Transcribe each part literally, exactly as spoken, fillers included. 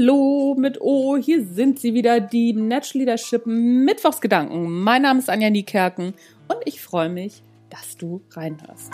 Hallo mit O, hier sind sie wieder, die Natural Leadership Mittwochsgedanken. Mein Name ist Anja Niekerken und ich freue mich, dass du reinhörst.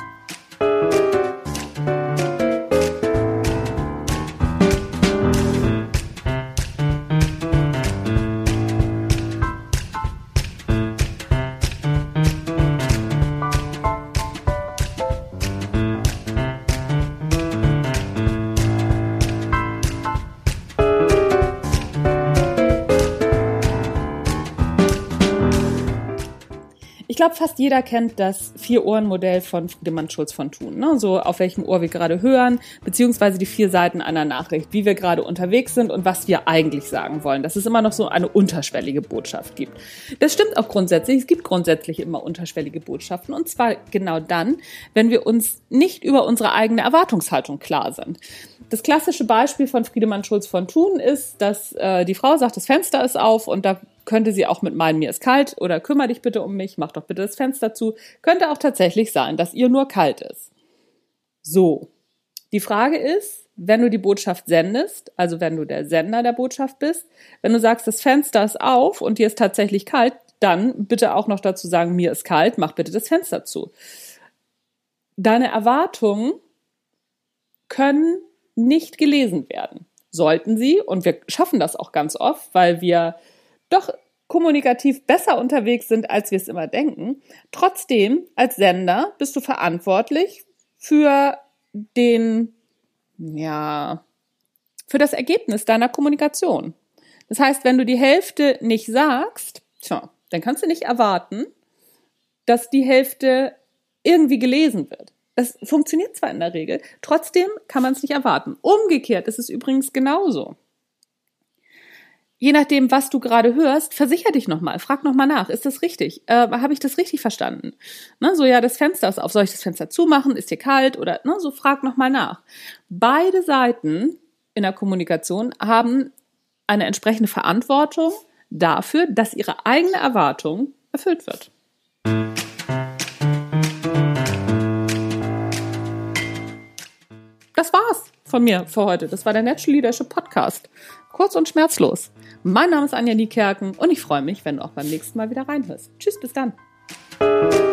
Ich glaube, fast jeder kennt das Vier-Ohren-Modell von Friedemann Schulz von Thun. Ne? So auf welchem Ohr wir gerade hören, beziehungsweise die vier Seiten einer Nachricht, wie wir gerade unterwegs sind und was wir eigentlich sagen wollen. Dass es immer noch so eine unterschwellige Botschaft gibt. Das stimmt auch grundsätzlich. Es gibt grundsätzlich immer unterschwellige Botschaften. Und zwar genau dann, wenn wir uns nicht über unsere eigene Erwartungshaltung klar sind. Das klassische Beispiel von Friedemann Schulz von Thun ist, dass äh, die Frau sagt, das Fenster ist auf und da könnte sie auch mit meinen, mir ist kalt oder kümmere dich bitte um mich, mach doch bitte das Fenster zu. Könnte auch tatsächlich sein, dass ihr nur kalt ist. So, die Frage ist, wenn du die Botschaft sendest, also wenn du der Sender der Botschaft bist, wenn du sagst, das Fenster ist auf und dir ist tatsächlich kalt, dann bitte auch noch dazu sagen, mir ist kalt, mach bitte das Fenster zu. Deine Erwartungen können nicht gelesen werden. Sollten sie, und wir schaffen das auch ganz oft, weil wir doch kommunikativ besser unterwegs sind, als wir es immer denken. Trotzdem, als Sender bist du verantwortlich für den, ja, für das Ergebnis deiner Kommunikation. Das heißt, wenn du die Hälfte nicht sagst, tja, dann kannst du nicht erwarten, dass die Hälfte irgendwie gelesen wird. Das funktioniert zwar in der Regel, trotzdem kann man es nicht erwarten. Umgekehrt ist es übrigens genauso. Je nachdem, was du gerade hörst, versicher dich nochmal, frag nochmal nach, ist das richtig? Äh, habe ich das richtig verstanden? Ne, so, ja, das Fenster ist auf, soll ich das Fenster zumachen? Ist dir kalt? Oder ne, so, frag nochmal nach. Beide Seiten in der Kommunikation haben eine entsprechende Verantwortung dafür, dass ihre eigene Erwartung erfüllt wird. Das war's von mir für heute. Das war der Natural Leadership Podcast. Kurz und schmerzlos. Mein Name ist Anja Niekerken und ich freue mich, wenn du auch beim nächsten Mal wieder reinhörst. Tschüss, bis dann.